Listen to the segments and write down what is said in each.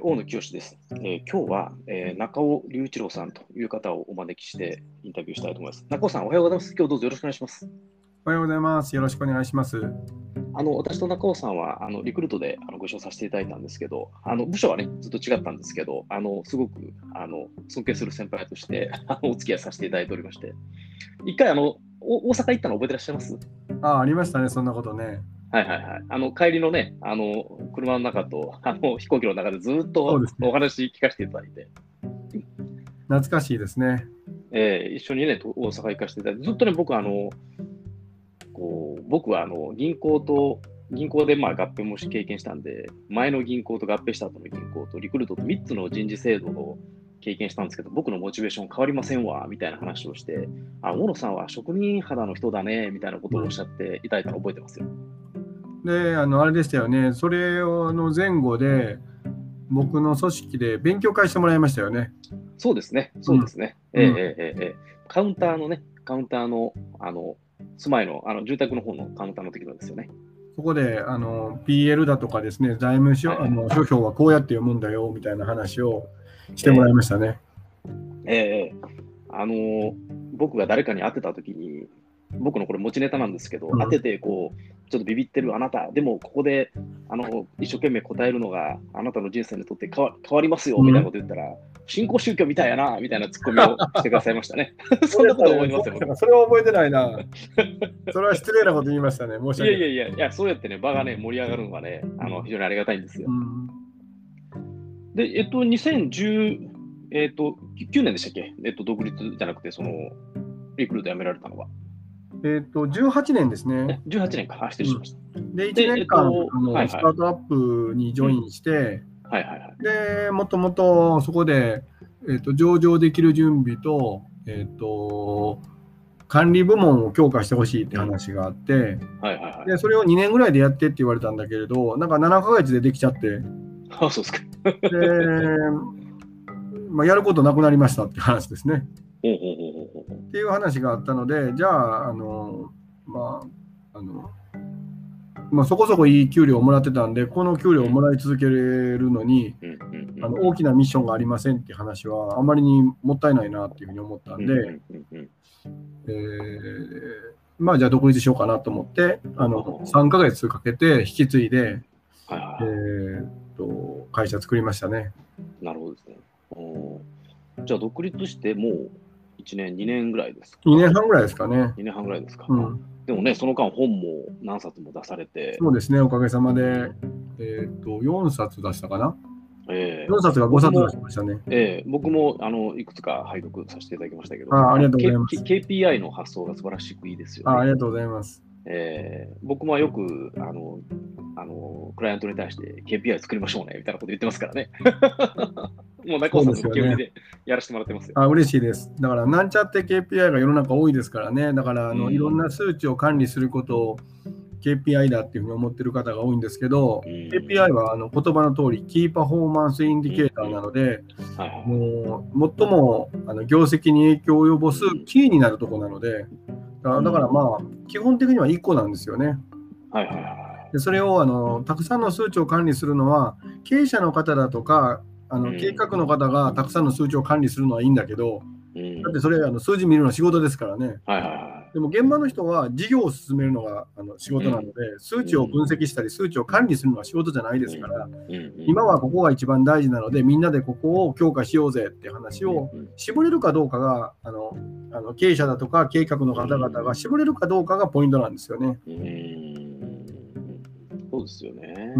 大野清です。今日は、中尾隆一郎さんという方をお招きしてインタビューしたいと思います。中尾さん、おはようございます。今日どうぞよろしくお願いします。 おはようございます。よろしくお願いします。 私と中尾さんはリクルートでご一緒させていただいたんですけど、部署はね、ずっと違ったんですけど、すごく尊敬する先輩としてお付き合いさせていただいておりまして、一回大阪行ったの覚えてらっしゃいます？ ありましたね、そんなことね。 はいはいはい。帰りのね、車の中と飛行機の中でずっとお話聞かせていただいて。 懐かしいですね。 一緒にね、大阪行かせていただいて、ずっとね、僕は銀行で合併も経験したんで、前の銀行と合併した後の銀行とリクルートと3つの人事制度を経験したんですけど、僕のモチベーション変わりませんわ、みたいな話をして、大野さんは職人肌の人だね、みたいなことをおっしゃっていただいたのを覚えてますよ。 で、あれでしたよね、それを前後で、僕の組織で勉強会してもらいましたよね。 そうですね、そうですね。カウンターの、住まいの、住宅の方のカウンターの時のですよね。 そこでPL だとかですね、財務諸表はこうやって読むんだよみたいな話をしてもらいましたね。 僕が誰かに当てた時に、僕のこれ持ちネタなんですけど、当ててちょっとビビってるあなた、でもここで一生懸命答えるのがあなたの人生にとって変わりますよみたいなこと言ったら、新興宗教みたいやなみたいなツッコミをしてくださいましたね。そんなこと思いますよ。 それは覚えてないな。それは失礼なこと言いましたね。申し訳ない。 いや、そうやってね、場がね、盛り上がるのはね、非常にありがたいんですよ。で、2010、9年でしたっけ？独立じゃなくて、リクルート辞められたのは。 18年ですね。 18年か。失礼しました。 で、1年間スタートアップにジョインして、で、もともとそこで、上場できる準備と、管理部門を強化してほしいって話があって、で、それを2年ぐらいでやってって言われたんだけれど、なんか7ヶ月でできちゃって、 そうですか。 で、やることなくなりましたって話ですね。っていう話があったので、じゃあ、そこそこいい給料をもらってたんで、この給料をもらい続けるのに、大きなミッションがありませんっていう話は、あまりにもったいないなっていうふうに思ったんで、じゃあ独立しようかなと思って、3ヶ月かけて引き継いで、会社作りましたね。 なるほどですね。じゃあ独立してもう1年、2年ぐらいですか ？2年半ぐらいですかね。 2年半ぐらいですか。でもね、その間本も何冊も出されて。 そうですね、おかげさまで、4冊出したかな。4冊が5冊出しましたね。 僕もいくつか拝読させていただきましたけど、 ありがとうございます。 KPI の発想が素晴らしくいいですよね。 ありがとうございます。 僕もよくクライアントに対して KPI 作りましょうねみたいなこと言ってますからね。もう中尾さんの受け売りでやらせてもらってますよ。 嬉しいです。だから、なんちゃって KPI が世の中多いですからね。だから、いろんな数値を管理することを KPI だっていうふうに思ってる方が多いんですけど、KPI は言葉の通り、キーパフォーマンスインディケーターなので、もう最も業績に影響を及ぼすキーになるところなので、だから基本的には1個なんですよね。でそれをたくさんの数値を管理するのは、経営者の方だとか、計画の方がたくさんの数値を管理するのはいいんだけど、だってそれ数字見るの仕事ですからね。でも現場の人は事業を進めるのが仕事なので、数値を分析したり数値を管理するのは仕事じゃないですから、今はここが一番大事なので、みんなでここを強化しようぜって話を絞れるかどうかが経営者だとか計画の方々が絞れるかどうかがポイントなんですよね。 そうですよね。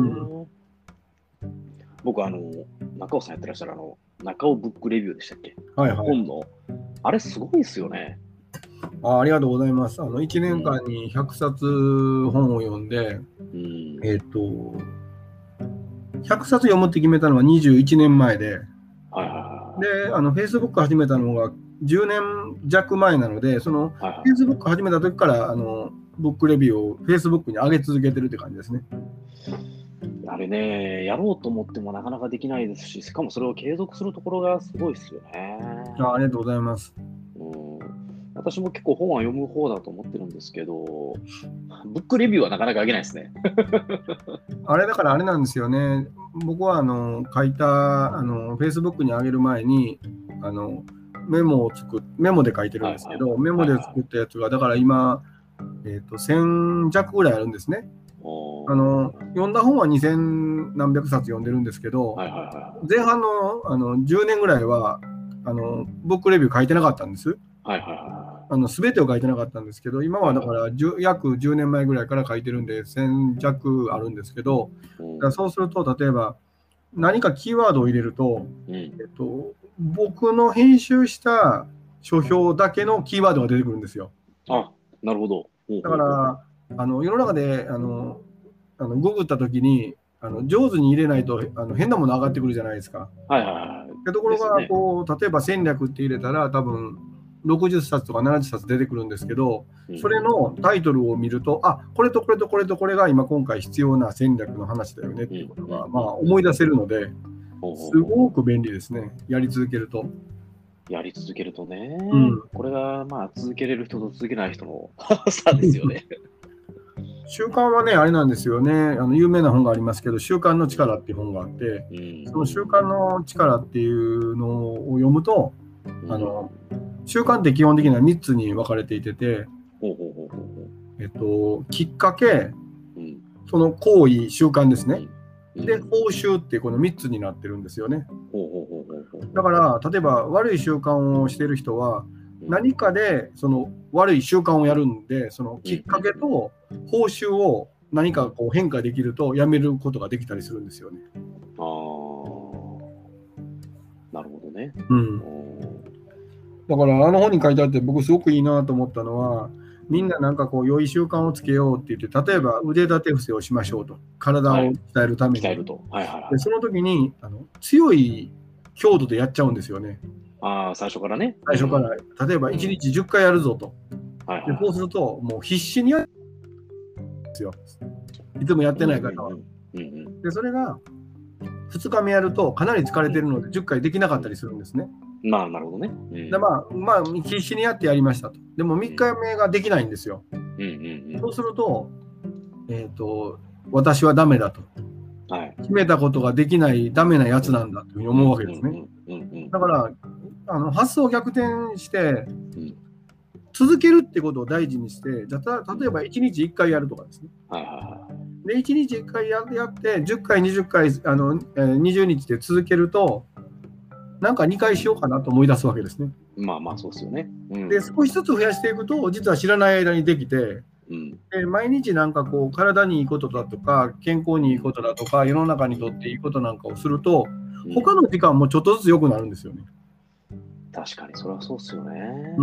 僕中尾さんやってらっしゃる中尾ブックレビューでしたっけ？本のあれすごいですよね。 ありがとうございます。1年間に100冊本を読んで、100冊読むって決めたのは21年前で、で、Facebook 始めたのが10年弱前なので、Facebook 始めた時からブックレビューを Facebook に上げ続けてるって感じですね。 あれね、やろうと思ってもなかなかできないですし、しかもそれを継続するところがすごいですよね。 ありがとうございます。 私も結構本は読む方だと思ってるんですけど、ブックレビューはなかなか上げないですね。 だからあれなんですよね。 僕は書いたFacebook に上げる前にメモで書いてるんですけど、メモで作ったやつがだから今、1000弱ぐらいあるんですね。読んだ本は2000何百冊読んでるんですけど、前半の10年ぐらいはブックレビュー書いてなかったんです。全てを書いてなかったんですけど、今はだから約10年前ぐらいから書いてるんで1000弱あるんですけど、そうすると例えば何かキーワードを入れると、僕の編集した書評だけのキーワードが出てくるんですよ。 なるほど。 だから世の中でググった時に上手に入れないと変なもの上がってくるじゃないですか。ところが例えば戦略って入れたら多分60冊とか70冊出てくるんですけど、それのタイトルを見ると、これとこれとこれとこれが今回必要な戦略の話だよねっていうことが思い出せるので、すごく便利ですね。やり続けるとね。これが続けれる人と続けない人の差ですよね。 習慣はね、あれなんですよね。有名な本がありますけど、習慣の力っていう本があって、その習慣の力っていうのを読むと、習慣って基本的には3つに分かれていて、きっかけ、その行為、習慣ですね。で、報酬ってこの3つになってるんですよね。だから、例えば悪い習慣をしている人は、何かでその悪い習慣をやるんで、そのきっかけと報酬を何か変化できるとやめることができたりするんですよね。 なるほどね。 だから本に書いてあって僕すごくいいなと思ったのは、みんななんか良い習慣をつけようって言って、例えば腕立て伏せをしましょうと、体を鍛えるために。でその時に強い強度でやっちゃうんですよね。 最初からね。 最初から、例えば1日10回やるぞと。でそうすると、もう必死にやるんですよ。いつもやってない方は。でそれが2日目やるとかなり疲れてるので10回できなかったりするんですね。 なるほどね。 で必死にやってやりましたと。でも3日目ができないんですよ。そうすると、私はダメだと。決めたことができないダメなやつなんだというふうに思うわけですね。だから発想を逆転して、続けるってことを大事にして、例えば1日1回やるとかですね。で1日1回やって10回20回20日で続けると、なんか2回しようかなと思い出すわけですね。 そうですよね。 で少しずつ増やしていくと、実は知らない間にできて、で毎日なんか体にいいことだとか健康にいいことだとか世の中にとっていいことなんかをすると、他の時間もちょっとずつ良くなるんですよね。 確かにそれはそうですよね。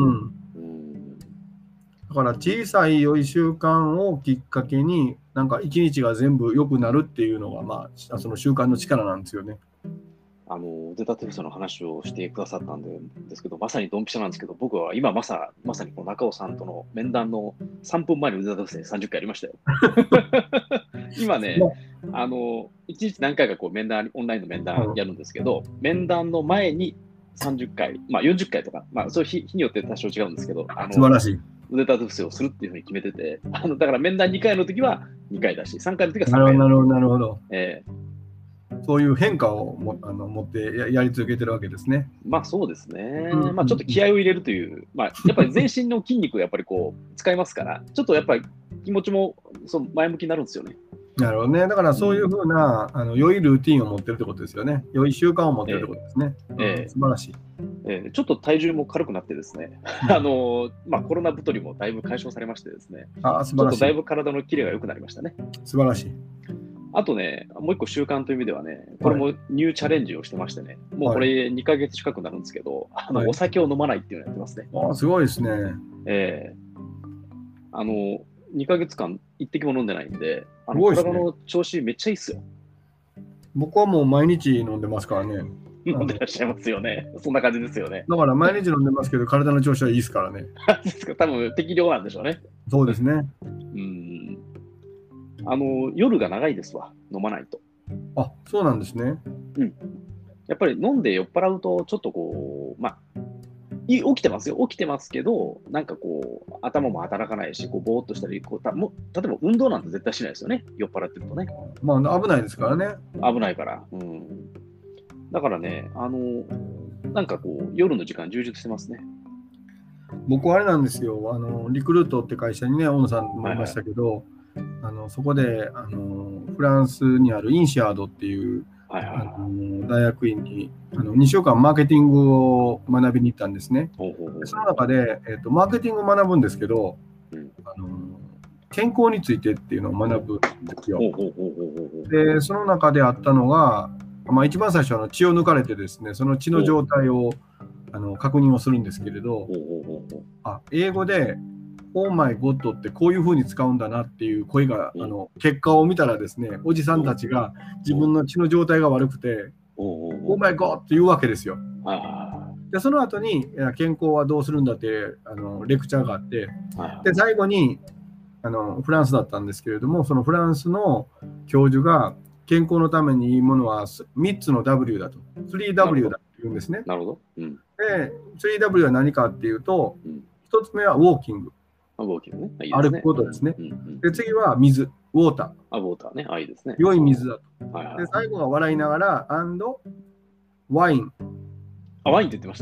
だから小さい良い習慣をきっかけになんか一日が全部良くなるっていうのがその習慣の力なんですよね。 腕立て伏せの話をしてくださったんですけど、まさにドンピシャなんですけど、僕は今まさに中尾さんとの面談の3分前に腕立て伏せ30回やりましたよ。今ね、1日何回かオンラインの面談やるんですけど、面談の前に30回、40回とか、そういう日によって多少違うんですけど、 素晴らしい。 腕立て伏せをするっていうふうに決めてて、だから面談2回の時は2回だし、3回の時は3回。 なるほど。そういう変化を持ってやり続けてるわけですね。 そうですね。ちょっと気合を入れるという、やっぱり全身の筋肉をやっぱり使いますから、ちょっとやっぱり気持ちも前向きになるんですよね。 なるほどね。だからそういうふうな良いルーティンを持ってるってことですよね。良い習慣を持ってるってことですね。素晴らしい。 ちょっと体重も軽くなってですね、コロナ太りもだいぶ解消されましてですね、 素晴らしい。 ちょっとだいぶ体のキレが良くなりましたね。 素晴らしい。 あとね、もう一個習慣という意味ではね、これもニューチャレンジをしてましてね、もうこれ2ヶ月近くなるんですけど、お酒を飲まないっていうのをやってますね。 すごいですね。 2ヶ月間一滴も飲んでないんで、体の調子めっちゃいいっすよ。 僕はもう毎日飲んでますからね。 飲んでらっしゃいますよね。そんな感じですよね。 だから毎日飲んでますけど、体の調子はいいですからね。 多分適量なんでしょうね。 そうですね。 夜が長いですわ、飲まないと。 そうなんですね。 やっぱり飲んで酔っ払うと、ちょっと起きてますよ。起きてますけど、なんかこう、頭も働かないし、こうぼーっとしたり、例えば運動なんて絶対しないですよね。酔っ払ってるとね。 まあ、危ないですからね。 危ないから。だからね、なんかこう、夜の時間充実してますね。 僕はあれなんですよ、リクルートって会社にね、大野さんもいましたけど、そこでフランスにあるインシアードっていう、大学院に2週間マーケティングを学びに行ったんですね。その中で、マーケティングを学ぶんですけど、健康についてっていうのを学ぶんですよ。で、その中であったのが、一番最初は血を抜かれてですね、その血の状態を確認をするんですけれど、英語でオーマイゴッドってこういう風に使うんだなっていう声が、結果を見たらですね、おじさんたちが自分の血の状態が悪くて、オーマイゴッドって言うわけですよ。で、その後に健康はどうするんだってレクチャーがあって、で、最後にフランスだったんですけれども、そのフランスの教授が健康のためにいいものは3つの W だと、3W だって言うんですね。 なるほど。 で、3W は何かっていうと、1つ目はウォーキング。歩くことですね。で、次は水、ウォーター。 ウォーターね。いいですね。 良い水だと。で、最後が笑いながら、ワイン。 ワインって言ってました。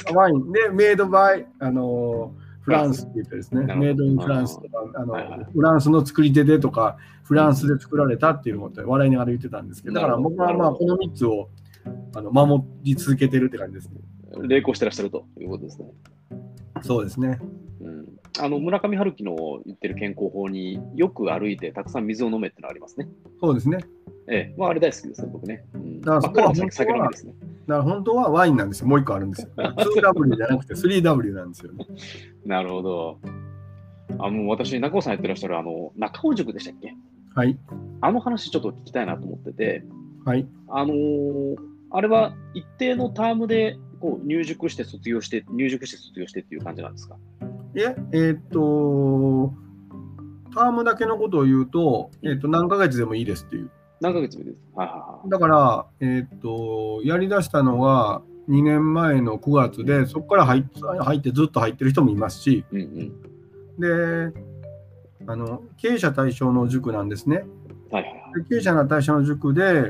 ワインで、メイドバイ、フランスって言ってですね、メイドインフランスとか、フランスの作り手でとか、フランスで作られたっていうのを笑いながら言ってたんですけど、だから僕はこの3つを守り続けてるって感じですね。 励行してらっしゃるということですね。 そうですね。 村上春樹の言ってる健康法によく歩いてたくさん水を飲めってのありますね。 そうですね。 あれ大好きですね、僕ね。 だから酒飲みですね。だから本当はワインなんですよ。もう一個あるんですよ。2W じゃなくて 3W なんですよね。 なるほど。もう私、中尾さんやってらっしゃる中尾塾でしたっけ？ はい。 話ちょっと聞きたいなと思ってて、 はい。 あれは一定のタームでこう入塾して卒業してっていう感じなんですか？ タームだけのことを言うと、何ヶ月でもいいですっていう。 何ヶ月もいいです。 だから、やりだしたのが2年前の9月で、そこから入ってずっと入ってる人もいますし、で、経営者対象の塾なんですね。経営者対象の塾で、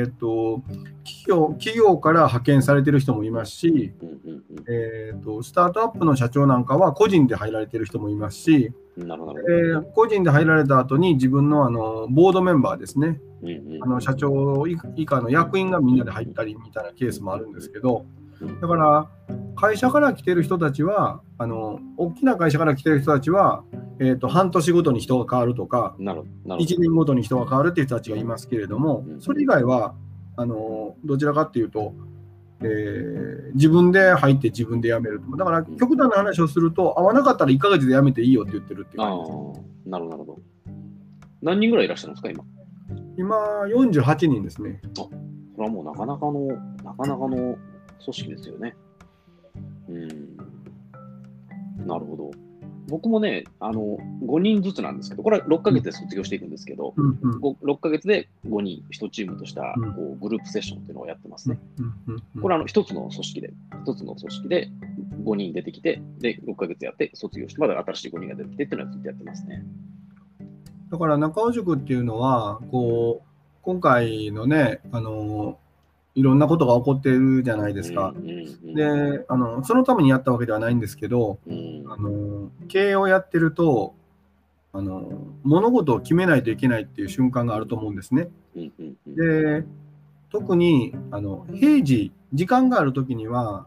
企業から派遣されてる人もいますし、スタートアップの社長なんかは個人で入られてる人もいますし、個人で入られた後に自分のボードメンバーですね、社長以下の役員がみんなで入ったりみたいなケースもあるんですけど、だから会社から来てる人たちは大きな会社から来てる人たちは、半年ごとに人が変わるとか1年ごとに人が変わるっていう人たちがいますけれども、それ以外はどちらかっていうと、自分で入って自分で辞めると。だから極端な話をすると、合わなかったら1ヶ月で辞めていいよって言ってるっていう感じです。 なるほど。何人ぐらいいらっしゃるんですか、 今48人ですね。 それはもうなかなかの組織ですよね。なるほど。僕もね、5人ずつなんですけど、これは6ヶ月で卒業していくんですけど、6ヶ月で5人、1チームとしたこうグループセッションっていうのをやってますね。これは1つの組織で5人出てきて、で、6ヶ月やって卒業して、まだ新しい5人が出てきてっていうのはずっとやってますね。 だから中尾塾っていうのは、今回のね、いろんなことが起こっているじゃないですか。で、そのためにやったわけではないんですけど、経営をやってると、物事を決めないといけないっていう瞬間があると思うんですね。で、特に平時、時間があるときには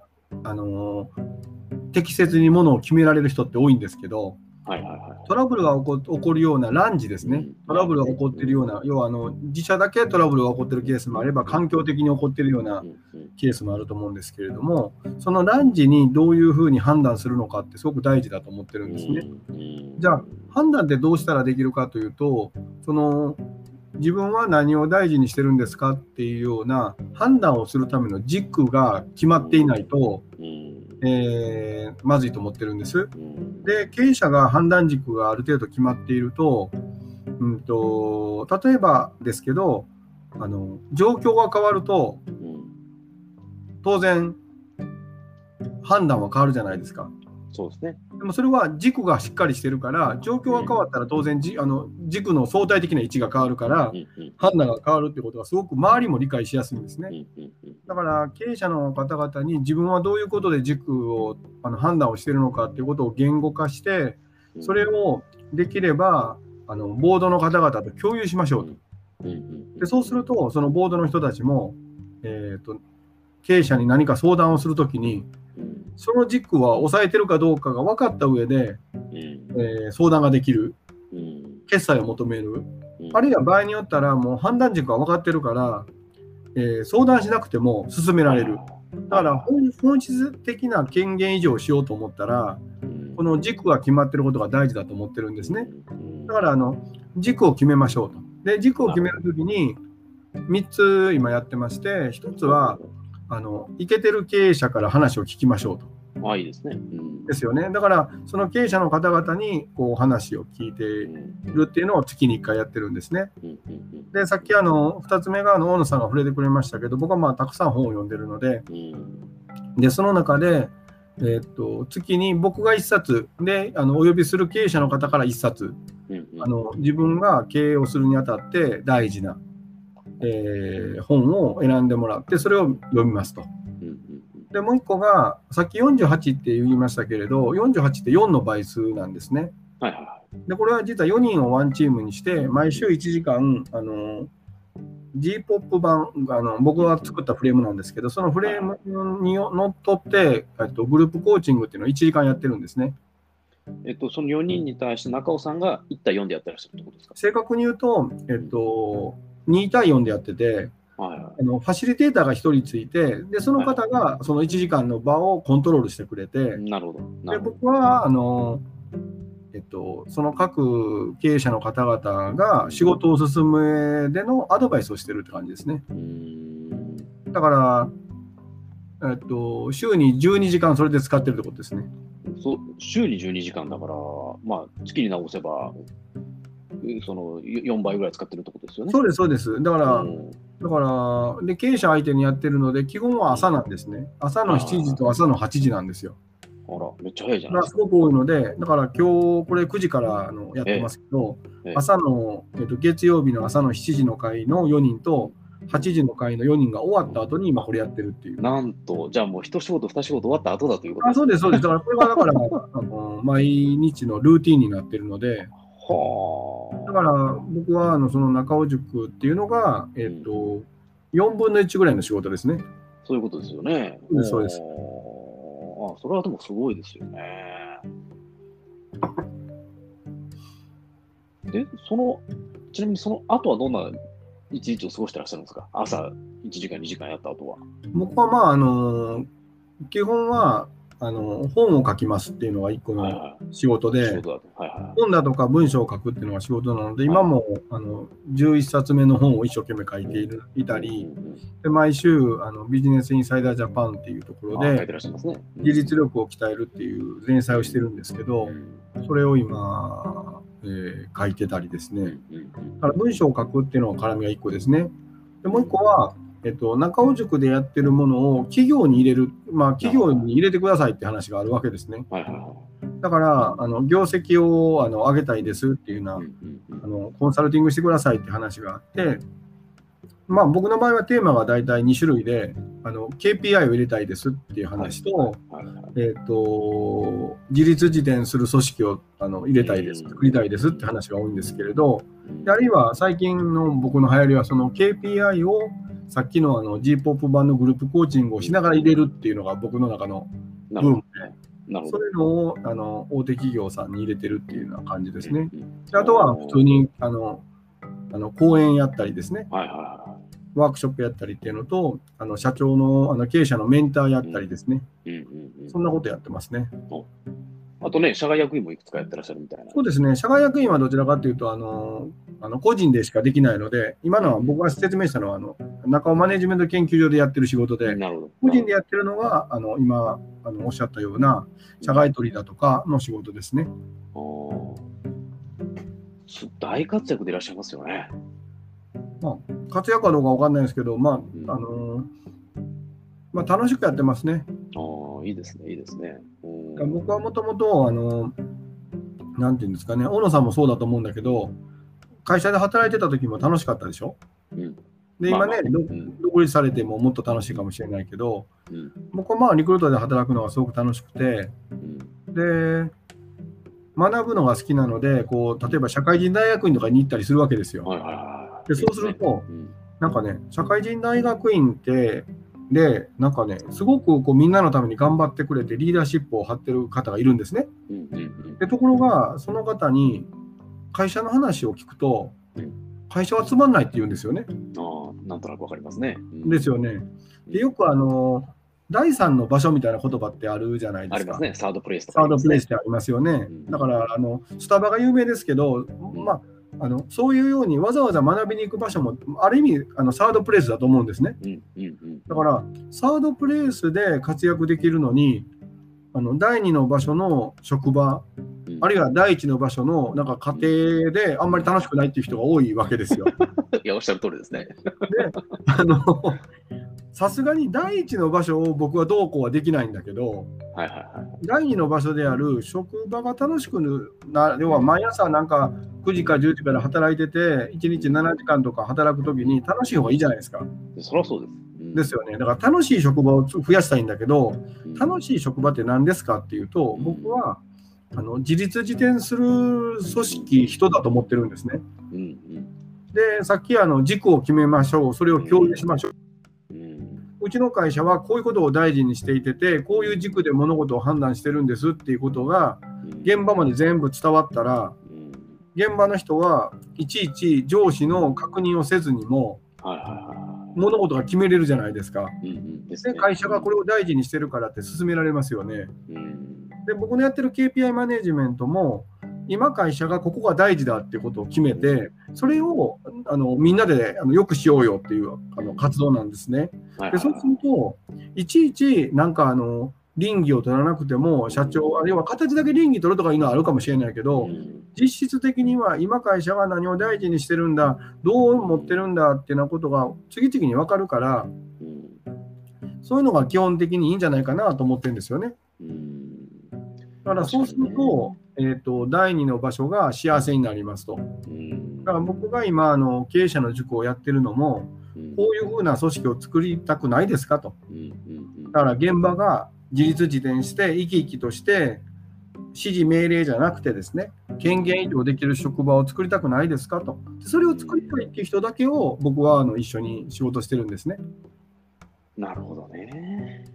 適切にものを決められる人って多いんですけど、トラブルが起こるようなランジですね、トラブルが起こっているような、要は自社だけトラブルが起こっているケースもあれば、環境的に起こっているようなケースもあると思うんですけれども、そのランジにどういうふうに判断するのかってすごく大事だと思ってるんですね。じゃあ、判断ってどうしたらできるかというと、自分は何を大事にしてるんですかっていうような判断をするための軸が決まっていないと、まずいと思ってるんです。で、経営者が判断軸がある程度決まっていると、例えばですけど、状況が変わると、当然、 判断は変わるじゃないですか。 そうですね。 でもそれは軸がしっかりしてるから、状況が変わったら当然軸の相対的な位置が変わるから、判断が変わるってことがすごく周りも理解しやすいんですね。だから経営者の方々に自分はどういうことで軸を判断をしているのかっていうことを言語化して、それをできればボードの方々と共有しましょうと。でそうすると、そのボードの人たちも、経営者に何か相談をするときに、その軸は抑えてるかどうかが分かった上で、相談ができる、決済を求める、あるいは場合によったらもう判断軸が分かってるから、相談しなくても進められる。だから本質的な権限移譲をしようと思ったら、この軸が決まってることが大事だと思ってるんですね。だから軸を決めましょうと。で軸を決めるときに3つ今やってまして、1つはイケてる経営者から話を聞きましょうと。 いいですね。 ですよね。だからその経営者の方々にこう話を聞いているっていうのを月に1回やってるんですね。でさっき2つ目が大野さんが触れてくれましたけど、僕はたくさん本を読んでるので、でその中で、月に僕が1冊でお呼びする経営者の方から1冊、自分が経営をするにあたって大事な本を選んでもらって、それを読みますと。でもう一個が、さっき48って言いましたけれど、48って4の倍数なんですね。でこれは実は4人をワンチームにして、毎週1時間、G-POP 版、僕が作ったフレームなんですけど、そのフレームにのっとって、グループコーチングっていうのを1時間やってるんですね。 その4人に対して中尾さんが1対4でやってらっしゃるってことですか？ 正確に言うと、2対4でやってて、ファシリテーターが1人ついて、でその方がその1時間の場をコントロールしてくれて、で僕はその各経営者の方々が仕事を進む上でのアドバイスをしてるって感じですね。だから、週に12時間それで使ってるってことですね。 週に12時間だから、月に直せばその4倍ぐらい使ってるってことですよね。 そうです、そうです。だからで経営者相手にやってるので、基本は朝なんですね。朝の7時と朝の8時なんですよ。 めっちゃ早いじゃないですか。 すごく多いので、だから今日これ9時からやってますけど、朝の、月曜日の朝の7時の会の4人と8時の会の4人が終わった後に今これやってるっていう。 なんと、じゃあもう1仕事2仕事終わった後だということですね。 そうです、そうです。だからこれが毎日のルーティンになってるので、だから僕はその中尾塾っていうのが、4分の1ぐらいの仕事ですね。 そういうことですよね。 そうです。 それはでもすごいですよね。で、ちなみにその後はどんな一日を過ごしてらっしゃるんですか？朝1時間、2時間やった後は。僕は基本は本を書きますっていうのが一個の仕事で、本だとか文章を書くっていうのが仕事なので、今も11冊目の本を一生懸命書いていたり、で毎週ビジネスインサイダージャパンっていうところで自立力を鍛えるっていう連載をしてるんですけど、それを今、書いてたりですね。だから文章を書くっていうのが絡みが一個ですね。でもう一個は中尾塾でやってるものを企業に入れる、企業に入れてくださいって話があるわけですね。だから業績を上げたいですっていうようなコンサルティングしてくださいって話があって、僕の場合はテーマが大体2種類で、KPI を入れたいですっていう話と、自立自伝する組織を入れたいです、作りたいですって話が多いんですけれど、あるいは最近の僕の流行りはその KPI をさっきのG-POP 版のグループコーチングをしながら入れるっていうのが僕の中のブームで、そういうのを大手企業さんに入れてるっていうような感じですね。であとは普通に講演やったりですね、ワークショップやったりっていうのと、社長の経営者のメンターやったりですね、そんなことやってますね。 あとね、社外役員もいくつかやってらっしゃるみたいな。 そうですね、社外役員はどちらかというと個人でしかできないので、今のは僕が説明したのは中尾マネジメント研究所でやってる仕事で、個人でやってるのは今おっしゃったような社外取りだとかの仕事ですね。 大活躍でいらっしゃいますよね。 活躍かどうかわかんないですけど、楽しくやってますね。 いいですね、いいですね。 僕はもともと、なんていうんですかね、小野さんもそうだと思うんだけど、会社で働いてた時も楽しかったでしょ。で、今ね、独立されてももっと楽しいかもしれないけど、僕はまあリクルートで働くのがすごく楽しくて、で、学ぶのが好きなので、こう例えば社会人大学院とかに行ったりするわけですよ。で、そうすると、なんかね、社会人大学院って、で、なんかね、すごくこうみんなのために頑張ってくれて、リーダーシップを張ってる方がいるんですね。で、ところが、その方に会社の話を聞くと、会社はつまんないって言うんですよね。 なんとなくわかりますね。 ですよね。で、よく第三の場所みたいな言葉ってあるじゃないですか。 ありますね。サードプレイスとか、 サードプレイスってありますよね。だから、スタバが有名ですけど、まあ、そういうようにわざわざ学びに行く場所もある意味サードプレイスだと思うんですね。だからサードプレイスで活躍できるのに第2の場所の職場、あるいは第1の場所のなんか家庭であんまり楽しくないっていう人が多いわけですよ。 いや、おっしゃる通りですね。で、 さすがに第1の場所を僕はどうこうはできないんだけど、第2の場所である職場が楽しくな、要は毎朝なんか9時か10時から働いてて、1日7時間とか働くときに楽しい方がいいじゃないですか。 そりゃそうです。 ですよね。だから楽しい職場を増やしたいんだけど、楽しい職場って何ですかっていうと、僕は自立自転する組織、人だと思ってるんですね。で、さっき軸を決めましょう、それを共有しましょう。うちの会社はこういうことを大事にしていてこういう軸で物事を判断してるんですっていうことが現場まで全部伝わったら、現場の人はいちいち上司の確認をせずにも物事が決めれるじゃないですか。で、会社がこれを大事にしてるからって進められますよね。で、僕のやってる KPI マネジメントも今会社がここが大事だっていうことを決めて、それをみんなでよくしようよっていう活動なんですね。で、そうするといちいちなんか倫理を取らなくても社長、あるいは形だけ倫理取るとかいうのはあるかもしれないけど、実質的には今会社が何を大事にしてるんだ、どう思ってるんだっていうようなことが次々に分かるから、そういうのが基本的にいいんじゃないかなと思ってるんですよね。だからそうすると、第2の場所が幸せになりますと。だから僕が今経営者の塾をやってるのも、こういうふうな組織を作りたくないですかと。だから現場が自立自転して生き生きとして指示命令じゃなくてですね、権限移動できる職場を作りたくないですかと。それを作りたいっていう人だけを僕は一緒に仕事してるんですね。 なるほどね。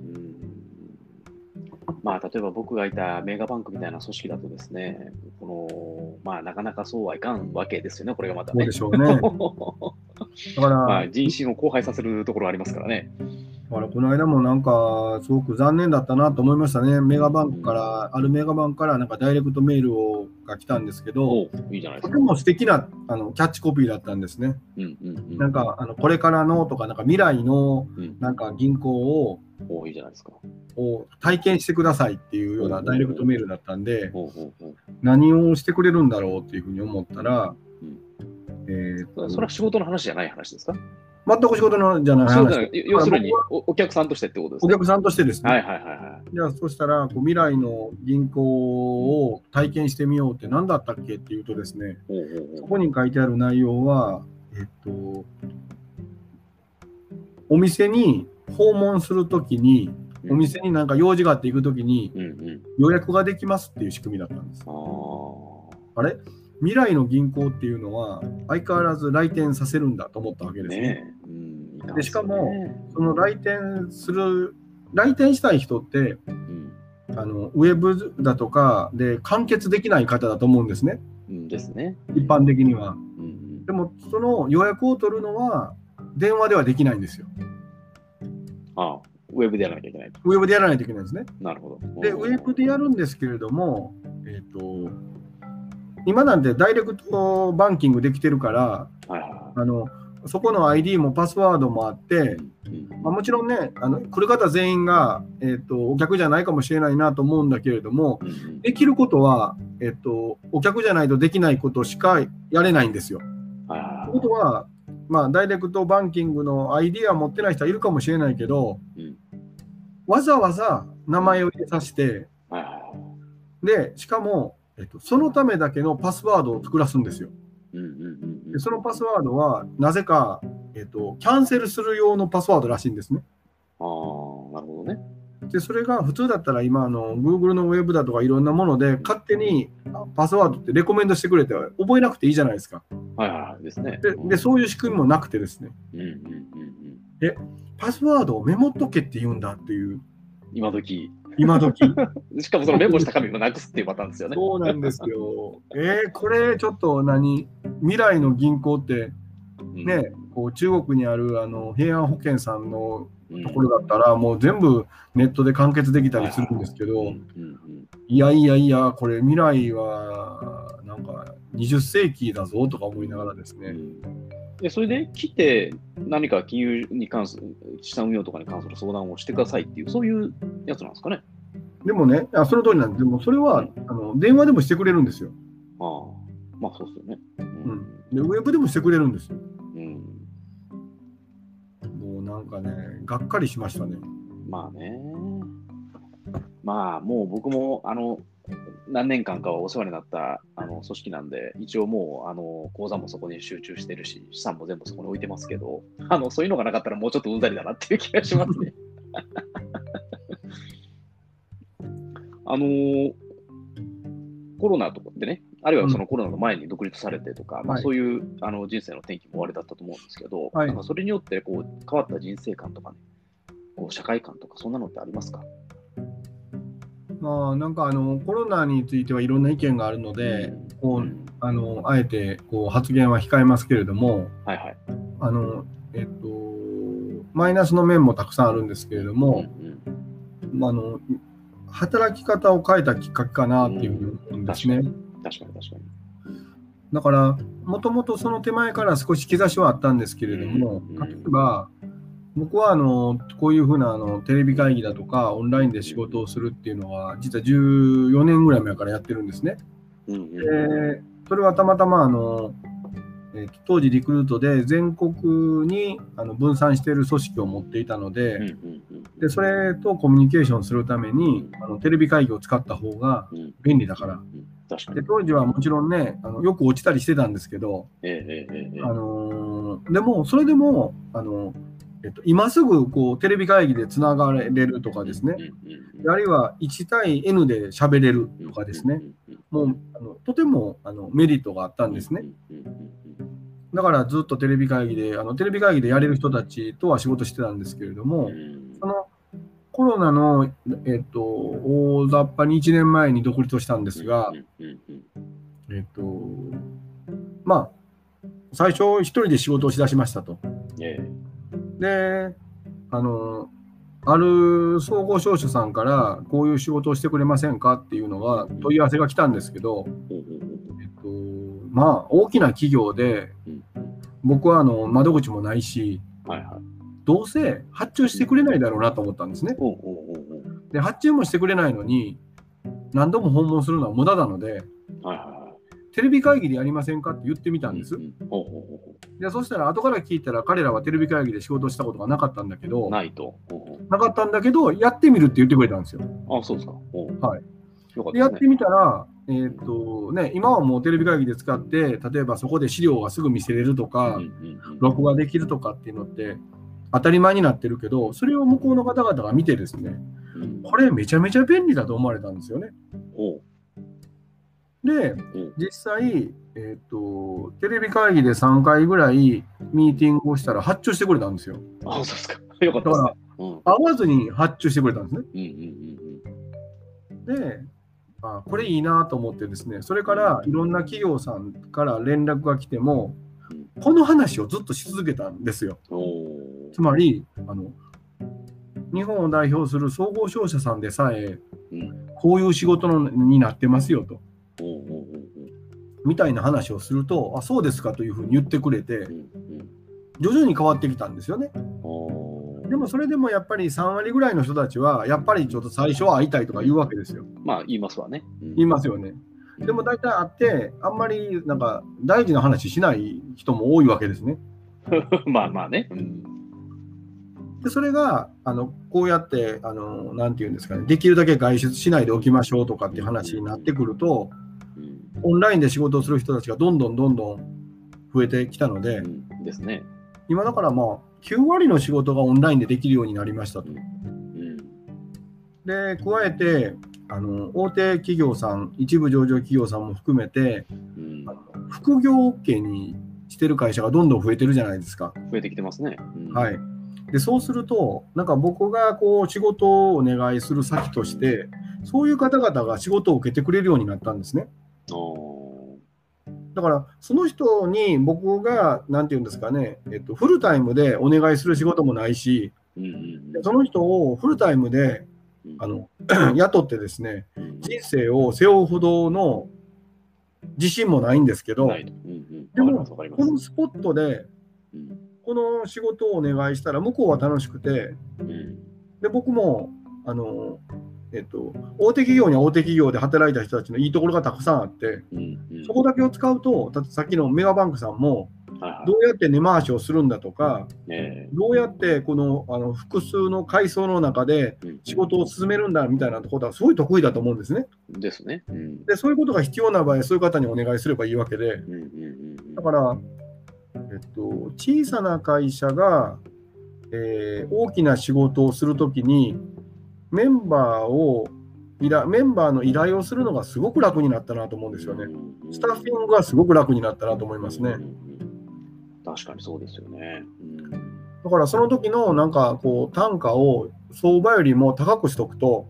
まあ、例えば僕がいたメガバンクみたいな組織だとですね、なかなかそうはいかんわけですよね、これがまたね。 そうでしょうね。だから人心を荒廃させるところありますからね。 だからこの間もなんかすごく残念だったなと思いましたね。メガバンクから、あるメガバンクからなんかダイレクトメールが来たんですけど、とても素敵なキャッチコピーだったんですね。なんかこれからのとか、なんか未来のなんか銀行をいいじゃないですか。 体験してくださいっていうようなダイレクトメールだったんで、何をしてくれるんだろうっていうふうに思ったら、 それは仕事の話じゃない話ですか？ 全く仕事のじゃない話。 要するにお客さんとしてってことですね。 お客さんとしてですね。 じゃあそしたら未来の銀行を体験してみようって何だったっけっていうとですね、そこに書いてある内容は、お店に訪問するときに、お店になんか用事があって行くときに予約ができますっていう仕組みだったんです。あれ？未来の銀行っていうのは相変わらず来店させるんだと思ったわけですね。でしかもその来店したい人って、ウェブだとかで完結できない方だと思うんですね。一般的には。でもその予約を取るのは電話ではできないんですよ。 ウェブでやらなきゃいけない。 ウェブでやらないといけないんですね。 なるほど。 で、ウェブでやるんですけれども、今なんてダイレクトバンキングできてるから、そこの ID もパスワードもあって、もちろんね、来る方全員が、お客じゃないかもしれないなと思うんだけれども、できることは、お客じゃないとできないことしかやれないんですよ。ということは、ダイレクトバンキングの ID は持ってない人はいるかもしれないけど、わざわざ名前を入れさせて、で、しかも、そのためだけのパスワードを作らすんですよ。でそのパスワードは、なぜか、キャンセルする用のパスワードらしいんですね。 なるほどね。 で、それが普通だったら今、Google のウェブだとかいろんなもので、勝手にパスワードってレコメンドしてくれて、覚えなくていいじゃないですか。 ですね。 で、そういう仕組みもなくてですね。で、パスワードをメモっとけって言うんだっていう。 今時。しかもそのメモした紙もなくすっていうパターンですよね。 そうなんですよ。これちょっと未来の銀行ってね、こう中国にある平安保険さんのところだったら、もう全部ネットで完結できたりするんですけど、いやいやいや、これ未来はなんか20世紀だぞとか思いながらですね。 それで来て何か金融に関する資産運用とかに関する相談をしてくださいっていう、そういうやつなんですかね。 でもね、その通りなんです。でもそれは電話でもしてくれるんですよ。 まあそうですよね。 でウェブでもしてくれるんですよ。もうなんかね、がっかりしましたね。 まあね。まあもう僕も何年間かはお世話になった組織なんで、一応もう口座もそこに集中してるし、資産も全部そこに置いてますけど、そういうのがなかったらもうちょっとうんざりだなっていう気がしますね。コロナとかでね、あるいはそのコロナの前に独立されてとか、そういう人生の転機もおあれだったと思うんですけど、なんかそれによってこう変わった人生観とかね、こう社会観とか、そんなのってありますか？ まあ、なんかコロナについてはいろんな意見があるので、あえてこう発言は控えますけれども、マイナスの面もたくさんあるんですけれども、働き方を変えたきっかけかなっていうふうに思うんですね。 確かに。 だから、もともとその手前から少し兆しはあったんですけれども、例えば、僕はこういうふうなテレビ会議だとかオンラインで仕事をするっていうのは実は14年ぐらい前からやってるんですね。でそれはたまたま当時リクルートで全国に分散している組織を持っていたので、それとコミュニケーションするためにテレビ会議を使った方が便利だから。で当時はもちろんねよく落ちたりしてたんですけど、でもそれでも今すぐこうテレビ会議でつながれるとかですね、あるいは1対 N で喋れるとかですね、もうとてもメリットがあったんですね。だからずっとテレビ会議でやれる人たちとは仕事してたんですけれども、そのコロナの、大雑把に1年前に独立をしたんですが、まあ最初一人で仕事をしだしましたと。である総合商社さんからこういう仕事をしてくれませんかっていうのが問い合わせが来たんですけど、まあ大きな企業で僕は窓口もないし、どうせ発注してくれないだろうなと思ったんですね。で発注もしてくれないのに何度も訪問するのは無駄なので、テレビ会議でやりませんかって言ってみたんです。でそしたら後から聞いたら彼らはテレビ会議で仕事したことがなかったんだけど、なかったんだけどやってみるって言ってくれたんですよ。 そうですか。 はい。でやってみたら、今はもうテレビ会議で使って例えばそこで資料がすぐ見せれるとか、録画できるとかっていうのって当たり前になってるけど、それを向こうの方々が見てですね、これめちゃめちゃ便利だと思われたんですよね。で実際、テレビ会議で3回ぐらいミーティングをしたら発注してくれたんですよ。 そうですか。よかったですね。 会わずに発注してくれたんですね。でこれいいなと思ってですね、それからいろんな企業さんから連絡が来ても、この話をずっとし続けたんですよ。つまり日本を代表する総合商社さんでさえ、こういう仕事になってますよと、みたいな話をすると、そうですかというふうに言ってくれて、徐々に変わってきたんですよね。でもそれでもやっぱり3割ぐらいの人たちはやっぱりちょっと最初は会いたいとか言うわけですよ。 言いますわね。 言いますよね。でも大体会ってあんまりなんか大事な話しない人も多いわけですね。 まあね。 でそれがこうやってなんていうんですかね、できるだけ外出しないでおきましょうとかっていう話になってくると、オンラインで仕事をする人たちがどんどん増えてきたので、 ですね。 今だからまあ9割の仕事がオンラインでできるようになりましたと。で加えて大手企業さん、一部上場企業さんも含めて、副業 OK にしてる会社がどんどん増えてるじゃないですか。 増えてきてますね。 はい。でそうすると、なんか僕がこう仕事をお願いする先として、そういう方々が仕事を受けてくれるようになったんですね。だからその人に僕がなんていうんですかね、フルタイムでお願いする仕事もないし、その人をフルタイムで雇ってですね、人生を背負うほどの自信もないんですけど、でもこのスポットでこの仕事をお願いしたら向こうは楽しくて、で僕も大手企業には大手企業で働いた人たちのいいところがたくさんあって、そこだけを使うと、さっきのメガバンクさんもどうやって根回しをするんだとか、どうやってこの複数の階層の中で仕事を進めるんだみたいなところはすごい得意だと思うんですね。 ですね。 でそういうことが必要な場合、そういう方にお願いすればいいわけで、だから、小さな会社が、大きな仕事をするときにメンバーの依頼をするのがすごく楽になったなと思うんですよね。スタッフィングがすごく楽になったなと思いますね。 確かにそうですよね。 だからその時のなんかこう単価を相場よりも高くしておくと、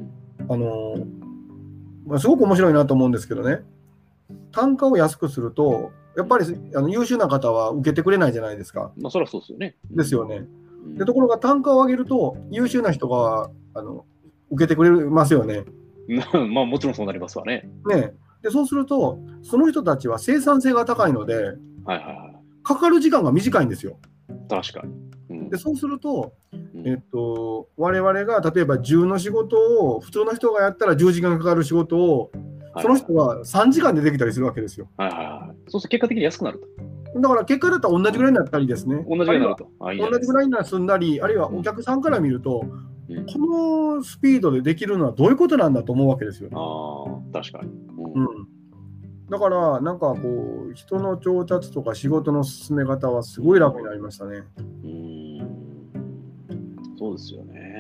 すごく面白いなと思うんですけどね。単価を安くするとやっぱり優秀な方は受けてくれないじゃないですか。 そりゃそうですよね。 ですよね。でところが単価を上げると優秀な人が受けてくれますよね。 もちろんそうなりますわね。 でそうするとその人たちは生産性が高いので、かかる時間が短いんですよ。 確かに。 でそうすると、我々が例えば10の仕事を普通の人がやったら10時間かかる仕事をその人は3時間でできたりするわけですよ。 そうすると結果的に安くなると。 だから結果だったら同じぐらいになったりですね。 同じぐらいになると。 同じぐらいに済んだり、あるいはお客さんから見ると、このスピードでできるのはどういうことなんだと思うわけですよね。 確かに。 だからなんかこう人の調達とか仕事の進め方はすごい楽になりましたね。 そうですよね。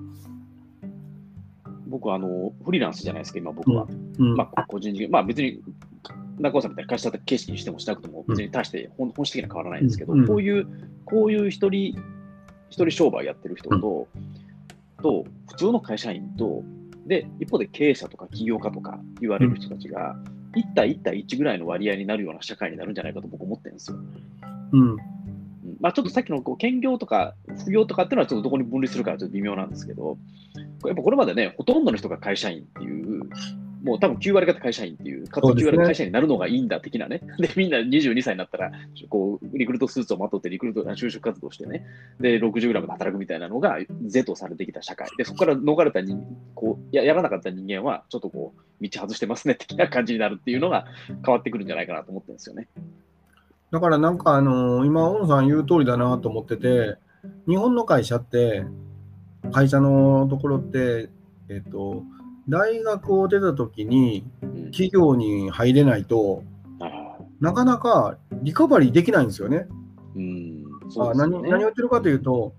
僕はフリーランスじゃないですか、今僕は。個人事業、別に中尾さんみたいな会社形式にしてもしなくても別に大して本質的には変わらないんですけど、こういう一人商売やってる人と普通の会社員とで一方で経営者とか起業家とか言われる人たちが1対1対1ぐらいの割合になるような社会になるんじゃないかと僕思ってるんですよ。ちょっとさっきの兼業とか副業とかっていうのはちょっとどこに分類するかはちょっと微妙なんですけど、やっぱこれまでね、ほとんどの人が会社員っていう、もう多分9割方会社員っていう、かつ9割方会社員になるのがいいんだ的なね。で、みんな22歳になったら、こう、リクルートスーツをまとって就職活動してね、で、60グラムで働くみたいなのが是とされてきた社会。で、そこから逃れたやらなかった人間は、ちょっとこう、道外してますね的な感じになるっていうのが変わってくるんじゃないかなと思ってるんですよね。 だからなんか今、大野さん言う通りだなと思ってて、日本の会社って、会社のところって、大学を出たときに企業に入れないと、なかなかリカバリーできないんですよね。何を言ってるかというと、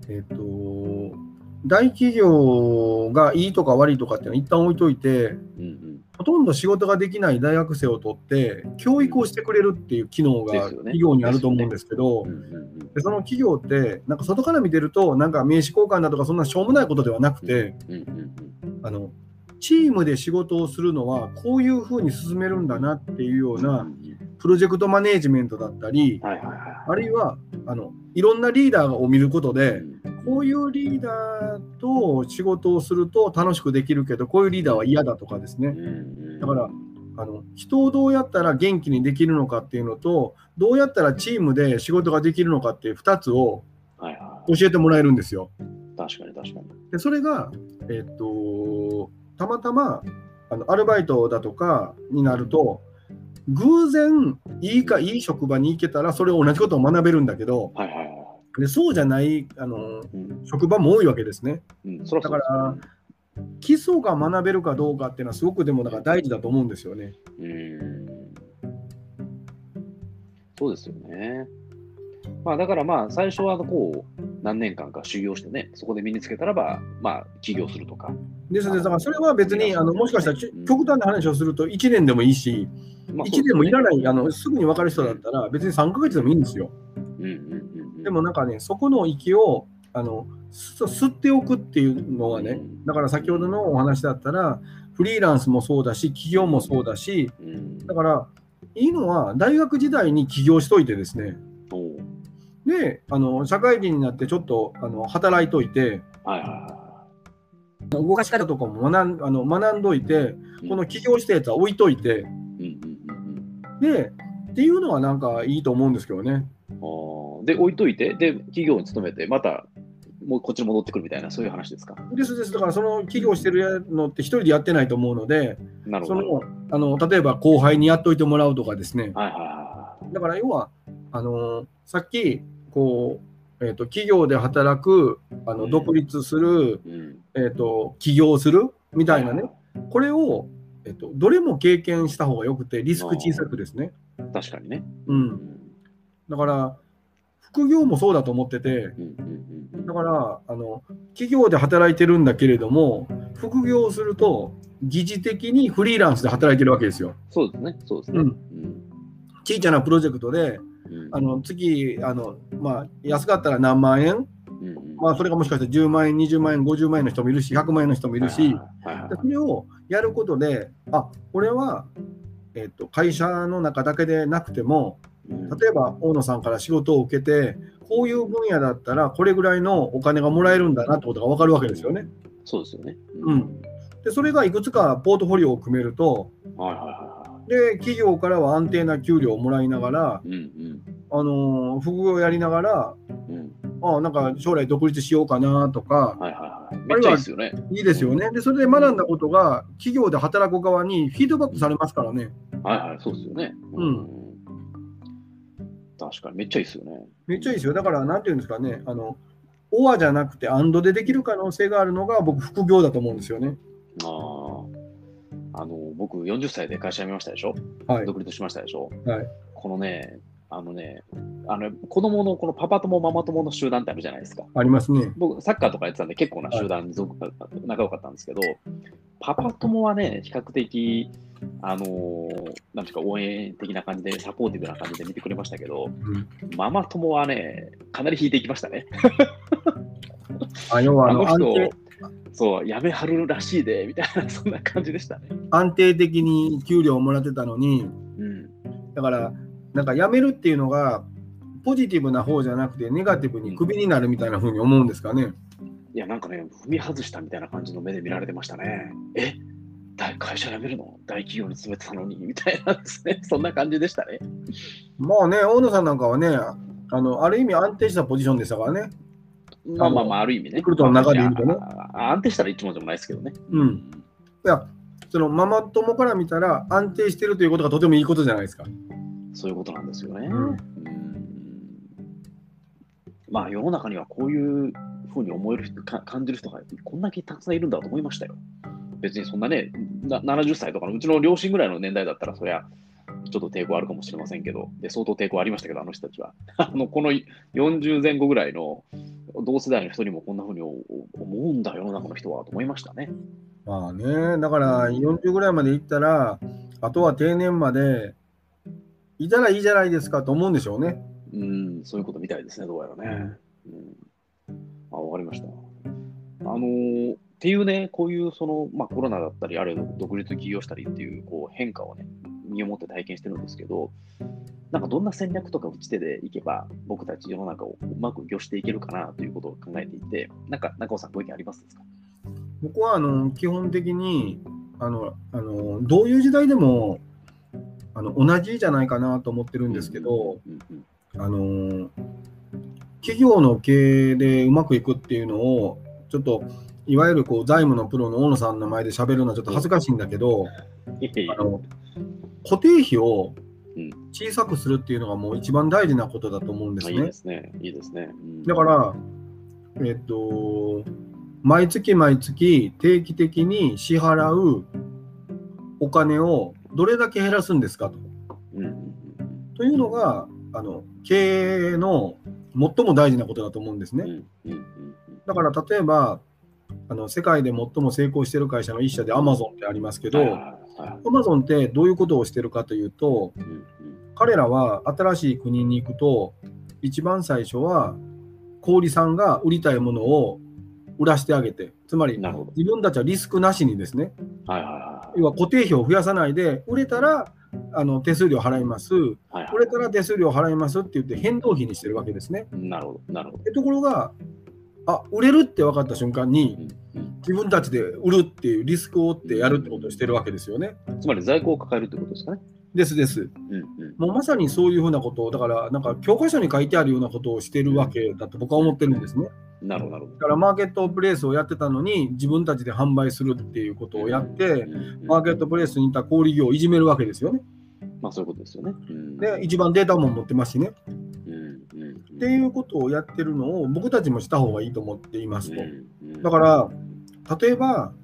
大企業がいいとか悪いとかっていうのは一旦置いといて、ほとんど仕事ができない大学生を取って教育をしてくれるっていう機能が企業にあると思うんですけど、でその企業ってなんか外から見てるとなんか名刺交換だとかそんなしょうもないことではなくて、チームで仕事をするのはこういうふうに進めるんだなっていうようなプロジェクトマネージメントだったり、あるいはいろんなリーダーを見ることで、こういうリーダーと仕事をすると楽しくできるけど、こういうリーダーは嫌だとかですね。だから人をどうやったら元気にできるのかっていうのと、どうやったらチームで仕事ができるのかっていう2つを教えてもらえるんですよ。 確かに。 でそれが、たまたまアルバイトだとかになると、偶然いい職場に行けたらそれを同じことを学べるんだけど、 でそうじゃない職場も多いわけですね。だから、基礎が学べるかどうかっていうのはすごくでもだから大事だと思うんですよね。 そうですよね。まあだからまあ最初はこう何年間か修行してね、そこで身につけたらば、まあ起業するとか。 ですね、だからそれは別にもしかしたら極端な話をすると1年でもいいし、1年もいらないすぐに分かる人だったら別に3ヶ月でもいいんですよ。でもなんかね、そこの息を吸っておくっていうのはね、だから先ほどのお話だったらフリーランスもそうだし、起業もそうだし、だからいいのは大学時代に起業しといてですね、で社会人になってちょっと働いといて、動かし方とかも学んどいて、この起業したやつは置いといて、でっていうのはなんかいいと思うんですけどね。 で置いといて、で企業に勤めてまたもうこっちに戻ってくるみたいな、そういう話ですか？ です。だからその起業してるのって一人でやってないと思うので、例えば後輩にやっといてもらうとかですね。だから要はさっきこう、企業で働く独立する、起業するみたいなね、これを、どれも経験した方がよくて、リスク小さくですね。 確かにね。 だから副業もそうだと思ってて、だから企業で働いてるんだけれども、副業をすると疑似的にフリーランスで働いてるわけですよ。 そうですね、そうですね。 小さなプロジェクトで、月安かったら何万円、それがもしかしたら10万円、20万円、50万円の人もいるし、100万円の人もいるし、それをやることで、これは、会社の中だけでなくても、例えば大野さんから仕事を受けて、こういう分野だったらこれぐらいのお金がもらえるんだなってことが分かるわけですよね。 そうですよね。 でそれがいくつかポートフォリオを組めると、で企業からは安定な給料をもらいながら、副業をやりながら、なんか将来独立しようかなとか、 めっちゃいいですよね。 いいですよね。でそれで学んだことが企業で働く側にフィードバックされますからね。 そうですよね。確かにめっちゃいいですよね。 めっちゃいいですよ。だからなんていうんですかね、オアじゃなくてアンドでできる可能性があるのが僕副業だと思うんですよね。 僕40歳で会社辞めましたでしょ。独立しましたでしょ。このね、子供のこのパパ友ママ友の集団ってあるじゃないですか。 ありますね。 僕サッカーとかやってたんで結構な集団に仲良かったんですけど、パパ友はね比較的なんていうか応援的な感じでサポーティブな感じで見てくれましたけど、ママ友はねかなり引いていきましたね。 要はそう辞めはるらしいでみたいな、そんな感じでしたね。 安定的に給料をもらってたのに、だからなんか辞めるっていうのがポジティブな方じゃなくてネガティブにクビになるみたいな風に思うんですかね。 いやなんかね踏み外したみたいな感じの目で見られてましたね。会社辞めるの？大企業に勤めてたのにみたいなですね。そんな感じでしたね。 大野さんなんかはね、ある意味安定したポジションでしたからね。 ある意味ね。 リクルートの中で言うとね。 安定したら一文字もないですけどね。 いや、そのママ友から見たら安定してるということがとてもいいことじゃないですか。 そういうことなんですよね。世の中にはこういうふうに思える人、感じる人がこんだけたくさんいるんだと思いましたよ。別にそんなね、70歳とかのうちの両親ぐらいの年代だったら、そりゃちょっと抵抗あるかもしれませんけど、相当抵抗ありましたけど、あの人たちは。この40前後ぐらいの同世代の人にもこんなふうに思うんだ、世の中の人はと思いましたね。 だから40ぐらいまで行ったら、あとは定年までいたらいいじゃないですかと思うんでしょうね。 そういうことみたいですね、どうやらね。わかりました。っていうね、こういうコロナだったり、あるいは独立起業したりっていう変化をね、身をもって体験してるんですけど、なんかどんな戦略とか打ち手でいけば、僕たち世の中をうまく御していけるかなということを考えていて、なんか中尾さん、ご意見ありますか？ 僕は基本的にどういう時代でも同じじゃないかなと思ってるんですけど、企業の経営でうまくいくっていうのをちょっといわゆる財務のプロの大野さんの前で喋るのはちょっと恥ずかしいんだけど、固定費を小さくするっていうのがもう一番大事なことだと思うんですね。 いいですね。いいですね。 だから、毎月毎月定期的に支払うお金をどれだけ減らすんですかと。というのが経営の最も大事なことだと思うんですね。だから例えば世界で最も成功している会社の一社でアマゾンってありますけど、アマゾンってどういうことをしてるかというと、彼らは新しい国に行くと一番最初は小売さんが売りたいものを売らしてあげて、つまり自分たちはリスクなしにですね、要は固定費を増やさないで、売れたら手数料払います、売れたら手数料払いますって言って変動費にしてるわけですね。 なるほど、なるほど。 ところが売れるって分かった瞬間に、自分たちで売るっていうリスクを負ってやるってことをしてるわけですよね。 つまり在庫を抱えるってことですかね。 です。もうまさにそういうふうなことを、だからなんか教科書に書いてあるようなことをしてるわけだと僕は思ってるんですね。 なるほど。だからマーケットプレイスをやってたのに自分たちで販売するっていうことをやって、マーケットプレイスにいた小売業をいじめるわけですよね。 まあそういうことですよね。 で、一番データも持ってますしね。っていうことをやってるのを僕たちもした方がいいと思っていますと。だから例えば、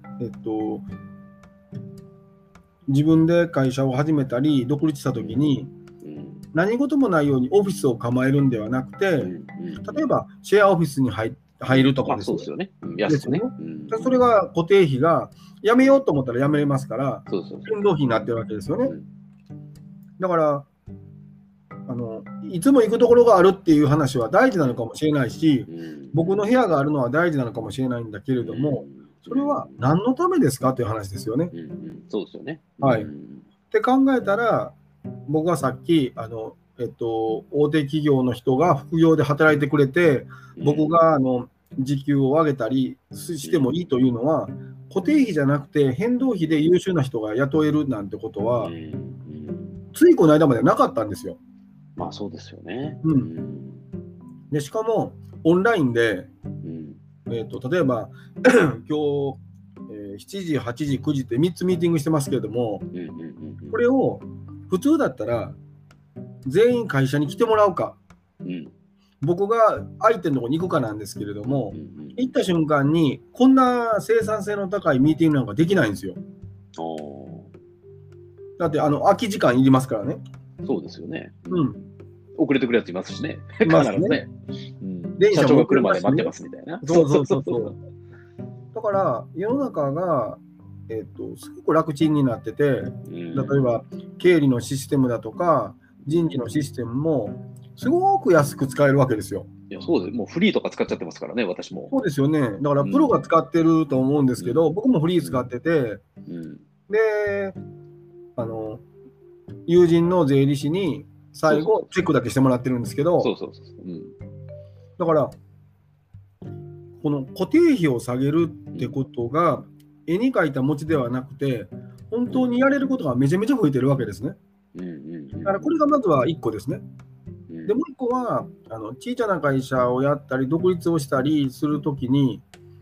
自分で会社を始めたり独立した時に何事もないようにオフィスを構えるんではなくて、例えばシェアオフィスに入るとかですね。 そうですよね。安くね。 それが固定費がやめようと思ったらやめれますから、変動費になってるわけですよね。だからいつも行くところがあるっていう話は大事なのかもしれないし、僕の部屋があるのは大事なのかもしれないんだけれども、それは何のためですかという話ですよね。 そうですよね。 はい。って考えたら、僕はさっき大手企業の人が副業で働いてくれて、僕が時給を上げたりしてもいいというのは、固定費じゃなくて変動費で優秀な人が雇えるなんてことは、ついこの間までなかったんですよ。 まあそうですよね。 でしかもオンラインで、例えば今日、7時、8時、9時って3つミーティングしてますけれども、これを普通だったら全員会社に来てもらうか、僕が相手のところに行くかなんですけれども、行った瞬間にこんな生産性の高いミーティングなんかできないんですよ。だって空き時間いりますからね。 そうですよね。遅れてくるやついますしね。必ずね。 社長が来るまで待ってますみたいな。 そう。だから世の中が、すごく楽ちんになってて、例えば経理のシステムだとか人事のシステムもすごく安く使えるわけですよ。 いや、そうです。もうフリーとか使っちゃってますからね、私も。 そうですよね。だからプロが使ってると思うんですけど、僕もフリー使ってて、で、友人の税理士に最後チェックだけしてもらってるんですけど、だからこの固定費を下げるってことが絵に描いた餅ではなくて、本当にやれることがめちゃめちゃ増えてるわけですね。だからこれがまずは1個ですね。でもう1個は小さな会社をやったり独立をしたりするときに、